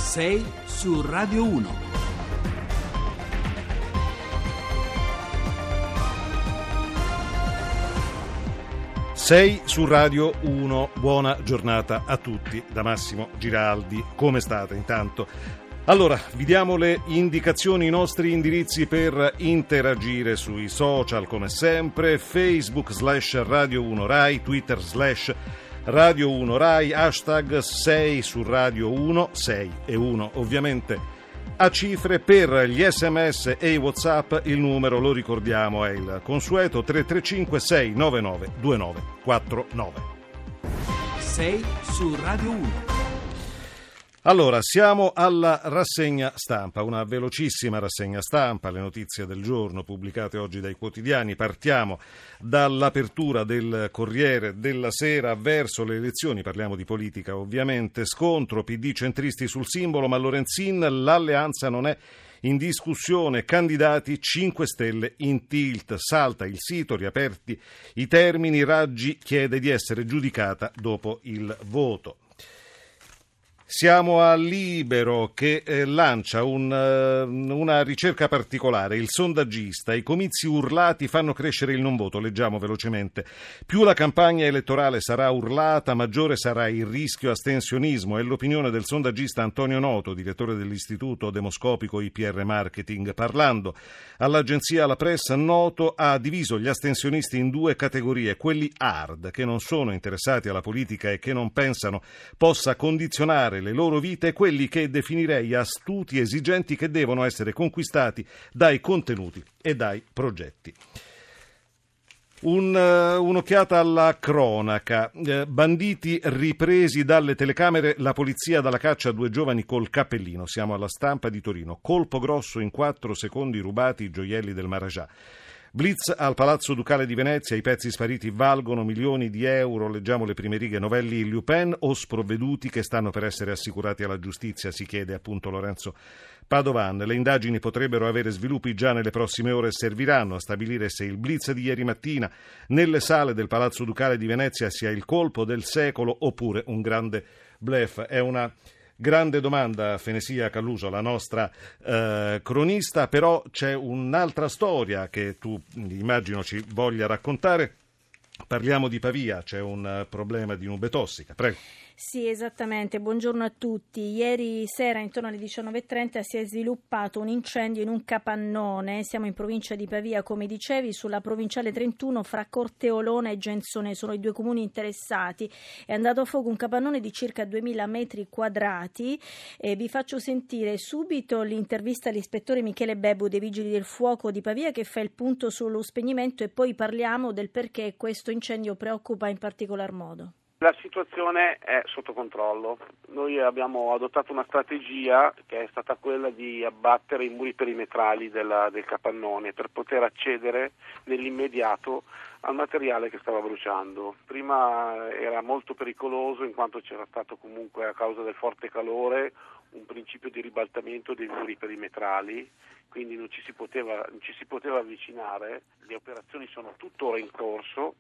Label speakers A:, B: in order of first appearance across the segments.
A: 6 su Radio 1.
B: Sei su Radio 1, buona giornata a tutti da Massimo Giraldi. Come state intanto? Allora, vi diamo le indicazioni, i nostri indirizzi per interagire sui social come sempre: Facebook /Radio 1 Rai, Twitter /Radio 1 Rai, hashtag 6 su Radio 1, 6 e 1 ovviamente a cifre. Per gli sms e i WhatsApp il numero, lo ricordiamo, è il consueto 335 699 2949.
A: 6 su Radio 1.
B: Allora, siamo alla rassegna stampa, una velocissima rassegna stampa, le notizie del giorno pubblicate oggi dai quotidiani. Partiamo dall'apertura del Corriere della Sera verso le elezioni, parliamo di politica ovviamente, scontro PD centristi sul simbolo, ma Lorenzin, l'alleanza non è in discussione, candidati 5 Stelle in tilt, salta il sito, riaperti i termini, Raggi chiede di essere giudicata dopo il voto. Siamo a Libero che lancia una ricerca particolare, il sondaggista, i comizi urlati fanno crescere il non voto, leggiamo velocemente. Più la campagna elettorale sarà urlata, maggiore sarà il rischio astensionismo, è l'opinione del sondaggista Antonio Noto, direttore dell'Istituto Demoscopico IPR Marketing. Parlando all'agenzia La Press, Noto ha diviso gli astensionisti in due categorie: quelli hard, che non sono interessati alla politica e che non pensano possa condizionare le loro vite, e quelli che definirei astuti, esigenti, che devono essere conquistati dai contenuti e dai progetti. Un'occhiata alla cronaca. Banditi ripresi dalle telecamere, la polizia dalla caccia a 2 giovani col cappellino. Siamo alla Stampa di Torino. Colpo grosso, in 4 secondi rubati i gioielli del Maharaja. Blitz al Palazzo Ducale di Venezia, i pezzi spariti valgono milioni di euro, leggiamo le prime righe. Novelli Lupin o sprovveduti che stanno per essere assicurati alla giustizia, si chiede appunto Lorenzo Padovan. Le indagini potrebbero avere sviluppi già nelle prossime ore e serviranno a stabilire se il blitz di ieri mattina nelle sale del Palazzo Ducale di Venezia sia il colpo del secolo oppure un grande bluff. È una grande domanda, Fenesia Calluso, la nostra cronista, però c'è un'altra storia che tu immagino ci voglia raccontare. Parliamo di Pavia, c'è un problema di nube tossica, prego.
C: Sì, esattamente, buongiorno a tutti. Ieri sera intorno alle 19:30 si è sviluppato un incendio in un capannone, siamo in provincia di Pavia come dicevi, sulla provinciale 31 fra Corteolona e Genzone, sono i 2 comuni interessati. È andato a fuoco un capannone di circa 2000 metri quadrati e vi faccio sentire subito l'intervista all'ispettore Michele Bebbu dei Vigili del Fuoco di Pavia che fa il punto sullo spegnimento e poi parliamo del perché questo incendio preoccupa in particolar modo.
D: La situazione è sotto controllo. Noi abbiamo adottato una strategia che è stata quella di abbattere i muri perimetrali del capannone per poter accedere nell'immediato al materiale che stava bruciando. Prima era molto pericoloso in quanto c'era stato comunque, a causa del forte calore, un principio di ribaltamento dei muri perimetrali, quindi non ci si poteva avvicinare. Le operazioni sono tuttora in corso.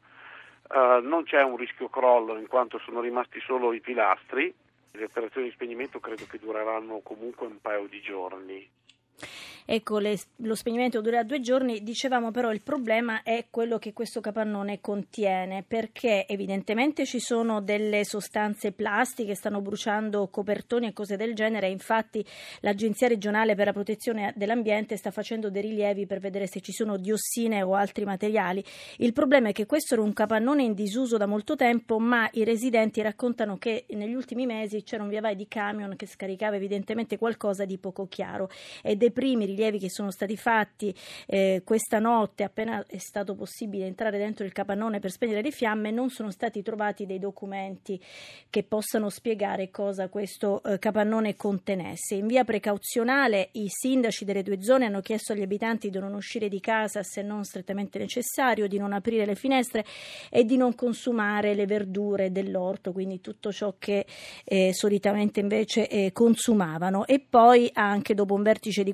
D: Non c'è un rischio crollo in quanto sono rimasti solo i pilastri. Le operazioni di spegnimento credo che dureranno comunque un paio di giorni.
C: Ecco, lo spegnimento durerà 2 giorni, dicevamo, però il problema è quello che questo capannone contiene, perché evidentemente ci sono delle sostanze plastiche, stanno bruciando copertoni e cose del genere, infatti l'Agenzia regionale per la protezione dell'ambiente sta facendo dei rilievi per vedere se ci sono diossine o altri materiali. Il problema è che questo era un capannone in disuso da molto tempo, ma i residenti raccontano che negli ultimi mesi c'era un via vai di camion che scaricava evidentemente qualcosa di poco chiaro, e dei primi rilievi che sono stati fatti questa notte, appena è stato possibile entrare dentro il capannone per spegnere le fiamme, non sono stati trovati dei documenti che possano spiegare cosa questo capannone contenesse. In via precauzionale i sindaci delle 2 zone hanno chiesto agli abitanti di non uscire di casa se non strettamente necessario, di non aprire le finestre e di non consumare le verdure dell'orto, quindi tutto ciò che solitamente invece consumavano. E poi anche dopo un vertice di questa notte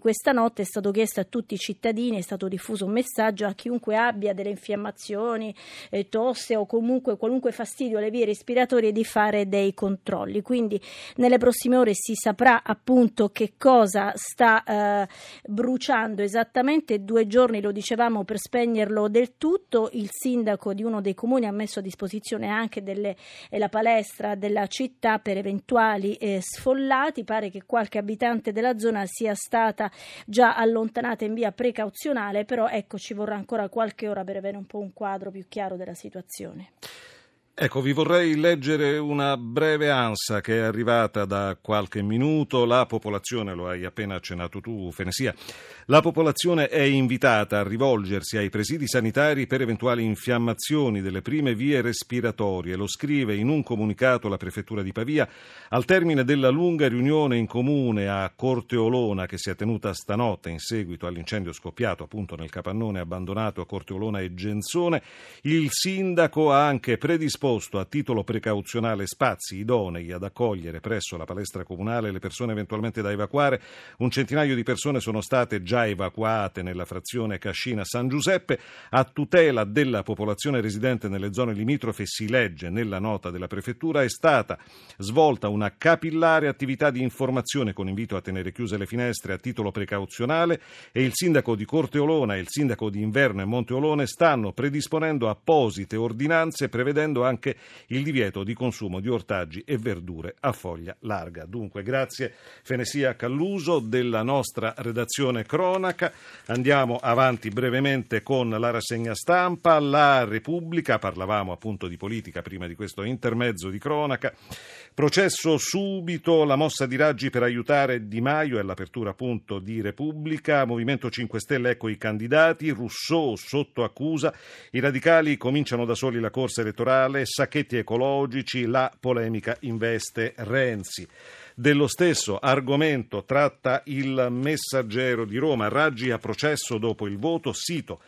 C: stanotte è stato chiesto a tutti i cittadini, è stato diffuso un messaggio a chiunque abbia delle infiammazioni, tosse o comunque qualunque fastidio alle vie respiratorie di fare dei controlli. Quindi nelle prossime ore si saprà appunto che cosa sta bruciando esattamente. 2 giorni, lo dicevamo, per spegnerlo del tutto. Il sindaco di uno dei comuni ha messo a disposizione anche la palestra della città per eventuali sfollati. Pare che qualche abitante della zona sia stata già allontanata in via precauzionale, però ecco, ci vorrà ancora qualche ora per avere un po' un quadro più chiaro della situazione.
B: Ecco, vi vorrei leggere una breve ansa che è arrivata da qualche minuto. La popolazione, lo hai appena accennato tu, Fenesia, la popolazione è invitata a rivolgersi ai presidi sanitari per eventuali infiammazioni delle prime vie respiratorie. Lo scrive in un comunicato la prefettura di Pavia al termine della lunga riunione in comune a Corteolona che si è tenuta stanotte in seguito all'incendio scoppiato appunto nel capannone abbandonato a Corteolona e Genzone. Il sindaco ha anche predisposto a titolo precauzionale spazi idonei ad accogliere presso la palestra comunale le persone eventualmente da evacuare. Un centinaio di persone sono state già evacuate nella frazione Cascina-San Giuseppe. A tutela della popolazione residente nelle zone limitrofe, si legge nella nota della prefettura, è stata svolta una capillare attività di informazione con invito a tenere chiuse le finestre a titolo precauzionale, e il sindaco di Corteolona e il sindaco di Inverno e Monteolone stanno predisponendo apposite ordinanze prevedendo anche il divieto di consumo di ortaggi e verdure a foglia larga. Dunque, grazie Fenesia Calluso della nostra redazione cronaca. Andiamo avanti brevemente con la rassegna stampa. La Repubblica, parlavamo appunto di politica prima di questo intermezzo di cronaca. Processo subito, la mossa di Raggi per aiutare Di Maio, è l'apertura appunto di Repubblica. Movimento 5 Stelle, ecco i candidati. Rousseau sotto accusa, i radicali cominciano da soli la corsa elettorale, sacchetti ecologici, la polemica investe Renzi. Dello stesso argomento tratta il Messaggero di Roma. Raggi a processo dopo il voto, sito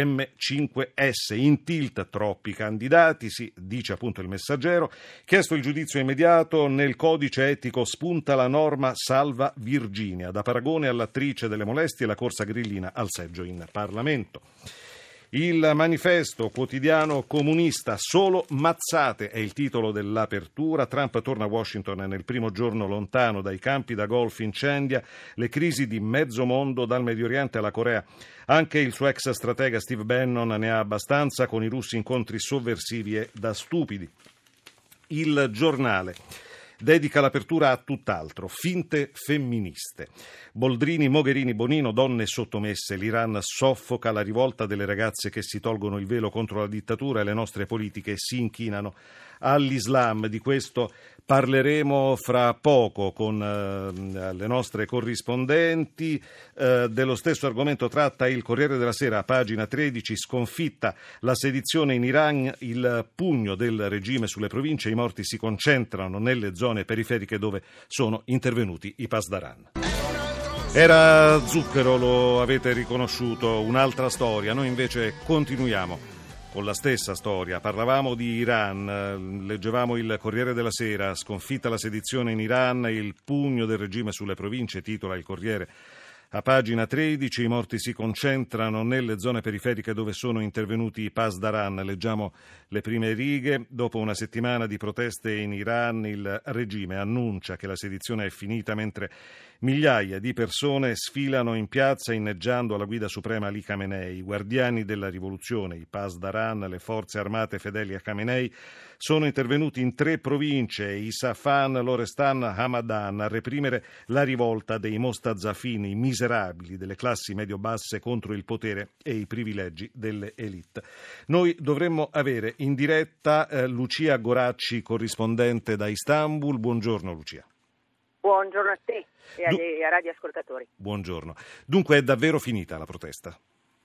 B: M5S, in tilt troppi candidati, si dice appunto il Messaggero. Chiesto il giudizio immediato, nel codice etico spunta la norma salva Virginia, da paragone all'attrice delle molestie e la corsa grillina al seggio in Parlamento. Il Manifesto, quotidiano comunista, solo mazzate è il titolo dell'apertura. Trump torna a Washington nel primo giorno lontano dai campi da golf, incendia le crisi di mezzo mondo dal Medio Oriente alla Corea. Anche il suo ex stratega Steve Bannon ne ha abbastanza, con i russi incontri sovversivi e da stupidi. Il Giornale dedica l'apertura a tutt'altro, finte femministe. Boldrini, Mogherini, Bonino, donne sottomesse. L'Iran soffoca la rivolta delle ragazze che si tolgono il velo contro la dittatura e le nostre politiche si inchinano all'Islam. Di questo parleremo fra poco con le nostre corrispondenti. Dello stesso argomento tratta il Corriere della Sera, pagina 13, sconfitta la sedizione in Iran, il pugno del regime sulle province, i morti si concentrano nelle zone periferiche dove sono intervenuti i Pasdaran. Era Zucchero, lo avete riconosciuto, un'altra storia. Noi invece continuiamo con la stessa storia. Parlavamo di Iran, leggevamo il Corriere della Sera, sconfitta la sedizione in Iran, il pugno del regime sulle province, titola il Corriere. A pagina 13 i morti si concentrano nelle zone periferiche dove sono intervenuti i Pasdaran. Leggiamo le prime righe. Dopo una settimana di proteste in Iran, il regime annuncia che la sedizione è finita, mentre migliaia di persone sfilano in piazza inneggiando alla guida suprema Ali Khamenei. I guardiani della rivoluzione, i Pasdaran, le forze armate fedeli a Khamenei, sono intervenuti in 3 province, Isfahan, Lorestan, Hamadan, a reprimere la rivolta dei mostazafini, miserabili delle classi medio-basse contro il potere e i privilegi delle elite. Noi dovremmo avere in diretta Lucia Goracci, corrispondente da Istanbul. Buongiorno Lucia.
E: Buongiorno a te e agli radioascoltatori.
B: Buongiorno. Dunque è davvero finita la protesta?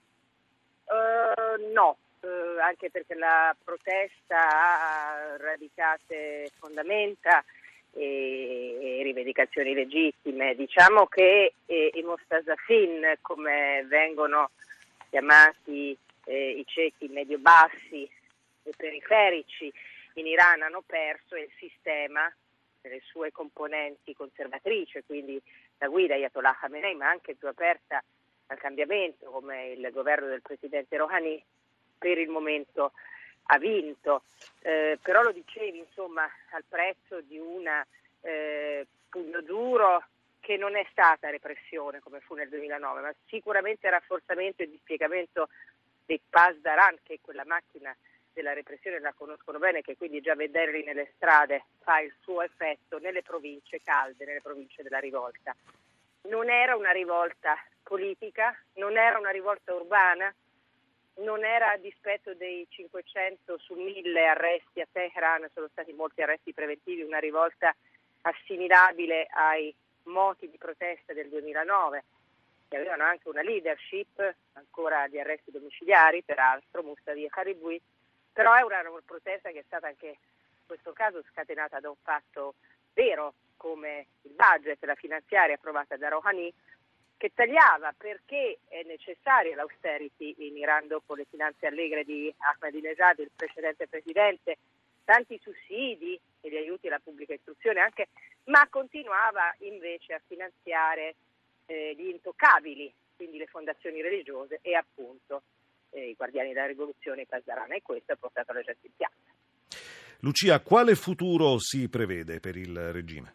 E: No, anche perché la protesta ha radicate fondamenta e rivendicazioni legittime. Diciamo che i mostazafin, come vengono chiamati i ceti medio-bassi e periferici in Iran, hanno perso il sistema delle sue componenti conservatrici, quindi la guida Ayatollah Khamenei, ma anche più aperta al cambiamento, come il governo del presidente Rouhani, per il momento ha vinto. Però lo dicevi, insomma, al prezzo di una pugno duro che non è stata repressione come fu nel 2009, ma sicuramente rafforzamento e dispiegamento dei Pasdaran, che è quella macchina della repressione, la conoscono bene, che quindi già vederli nelle strade fa il suo effetto nelle province calde, nelle province della rivolta. Non era una rivolta politica, non era una rivolta urbana, non era, a dispetto dei 500 su 1000 arresti a Teheran, sono stati molti arresti preventivi, una rivolta assimilabile ai moti di protesta del 2009, che avevano anche una leadership, ancora di arresti domiciliari, peraltro, Mustafa Hariboui, però è una protesta che è stata anche in questo caso scatenata da un fatto vero, come il budget, la finanziaria approvata da Rouhani, che tagliava, perché è necessaria l'austerity in Iran dopo le finanze allegre di Ahmadinejad, il precedente presidente, tanti sussidi e gli aiuti alla pubblica istruzione anche, ma continuava invece a finanziare gli intoccabili, quindi le fondazioni religiose e appunto i guardiani della rivoluzione, i Pasdaran, e questo ha portato la gente in piazza.
B: Lucia, quale futuro si prevede per il regime?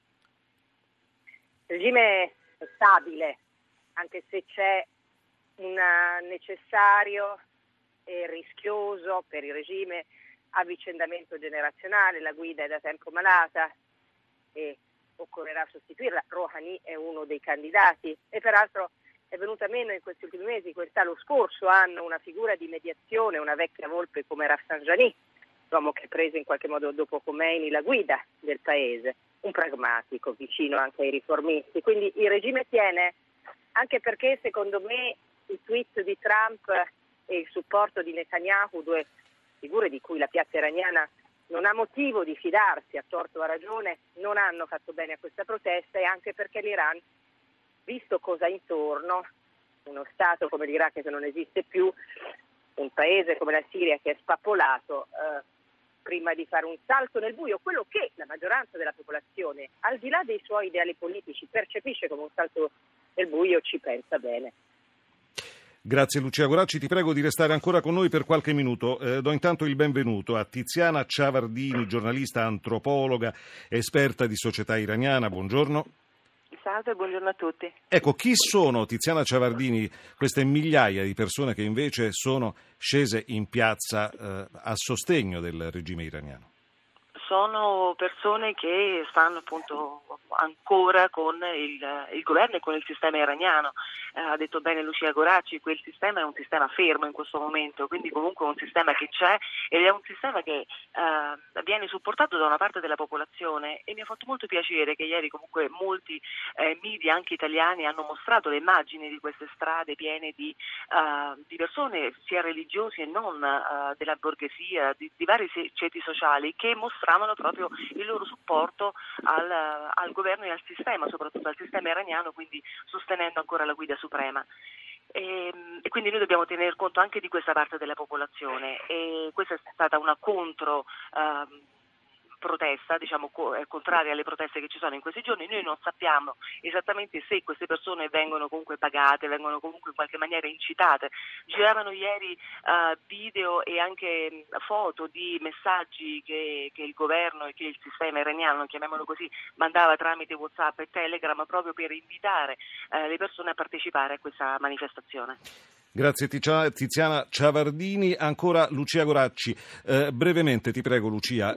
E: Il regime è stabile, anche se c'è un necessario e rischioso per il regime avvicendamento generazionale. La guida è da tempo malata e occorrerà sostituirla. Rouhani è uno dei candidati e peraltro è venuta meno in questi ultimi mesi, lo scorso anno, una figura di mediazione, una vecchia volpe come Rafsanjani, l'uomo che prese in qualche modo dopo Khomeini la guida del paese, un pragmatico, vicino anche ai riformisti. Quindi il regime tiene, anche perché secondo me i tweet di Trump e il supporto di Netanyahu, due figure di cui la piazza iraniana non ha motivo di fidarsi, a torto o a ragione, non hanno fatto bene a questa protesta, e anche perché l'Iran, visto cosa ha intorno, uno Stato come l'Iraq che non esiste più, un paese come la Siria che è spappolato, prima di fare un salto nel buio, quello che la maggioranza della popolazione, al di là dei suoi ideali politici, percepisce come un salto nel buio, ci pensa bene.
B: Grazie Lucia Goracci, ti prego di restare ancora con noi per qualche minuto. Do intanto il benvenuto a Tiziana Ciavardini, giornalista, antropologa, esperta di società iraniana. Buongiorno.
F: Salve, buongiorno a tutti.
B: Ecco, chi sono, Tiziana Ciavardini, queste migliaia di persone che invece sono scese in piazza a sostegno del regime iraniano?
F: Sono persone che stanno appunto ancora con il governo e con il sistema iraniano. Ha detto bene Lucia Goracci, quel sistema è un sistema fermo in questo momento, quindi comunque un sistema che c'è ed è un sistema che viene supportato da una parte della popolazione, e mi ha fatto molto piacere che ieri comunque molti media anche italiani hanno mostrato le immagini di queste strade piene di persone sia religiosi e non della borghesia, di vari ceti sociali, che mostravano proprio il loro supporto al governo e al sistema, soprattutto al sistema iraniano, quindi sostenendo ancora la guida suprema. E quindi noi dobbiamo tener conto anche di questa parte della popolazione, e questa è stata una contro protesta, diciamo contraria alle proteste che ci sono in questi giorni. Noi non sappiamo esattamente se queste persone vengono comunque pagate, vengono comunque in qualche maniera incitate. Giravano ieri video e anche foto di messaggi che il governo e che il sistema iraniano, chiamiamolo così, mandava tramite WhatsApp e Telegram proprio per invitare le persone a partecipare a questa manifestazione.
B: Grazie Tiziana Ciavardini. Ancora Lucia Goracci. Brevemente ti prego Lucia,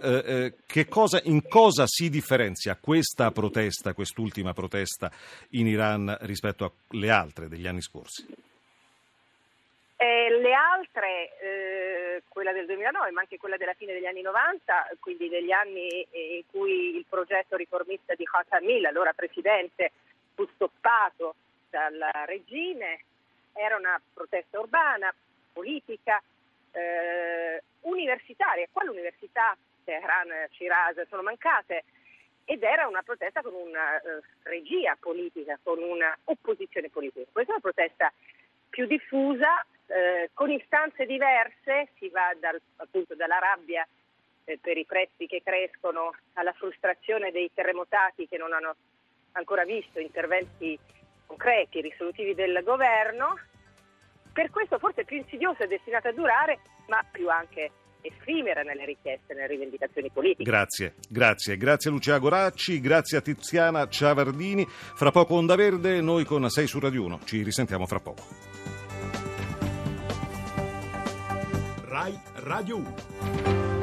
B: in cosa si differenzia questa protesta, quest'ultima protesta in Iran rispetto alle altre degli anni scorsi?
E: Le altre, quella del 2009 ma anche quella della fine degli anni 90, quindi degli anni in cui il progetto riformista di Khatami, l'allora presidente, fu stoppato dal regime, era una protesta urbana, politica, universitaria. Qua l'università, Teheran, Shiraz sono mancate, ed era una protesta con una regia politica, con una opposizione politica. Questa è una protesta più diffusa, con istanze diverse. Si va appunto dalla rabbia per i prezzi che crescono alla frustrazione dei terremotati che non hanno ancora visto interventi concreti, risolutivi del governo. Per questo forse più insidiosa e destinata a durare, ma più anche effimera nelle richieste, nelle rivendicazioni politiche.
B: Grazie Lucia Goracci, grazie a Tiziana Ciavardini. Fra poco Onda Verde, noi con 6 su Radio 1. Ci risentiamo fra poco.
A: Rai Radio 1.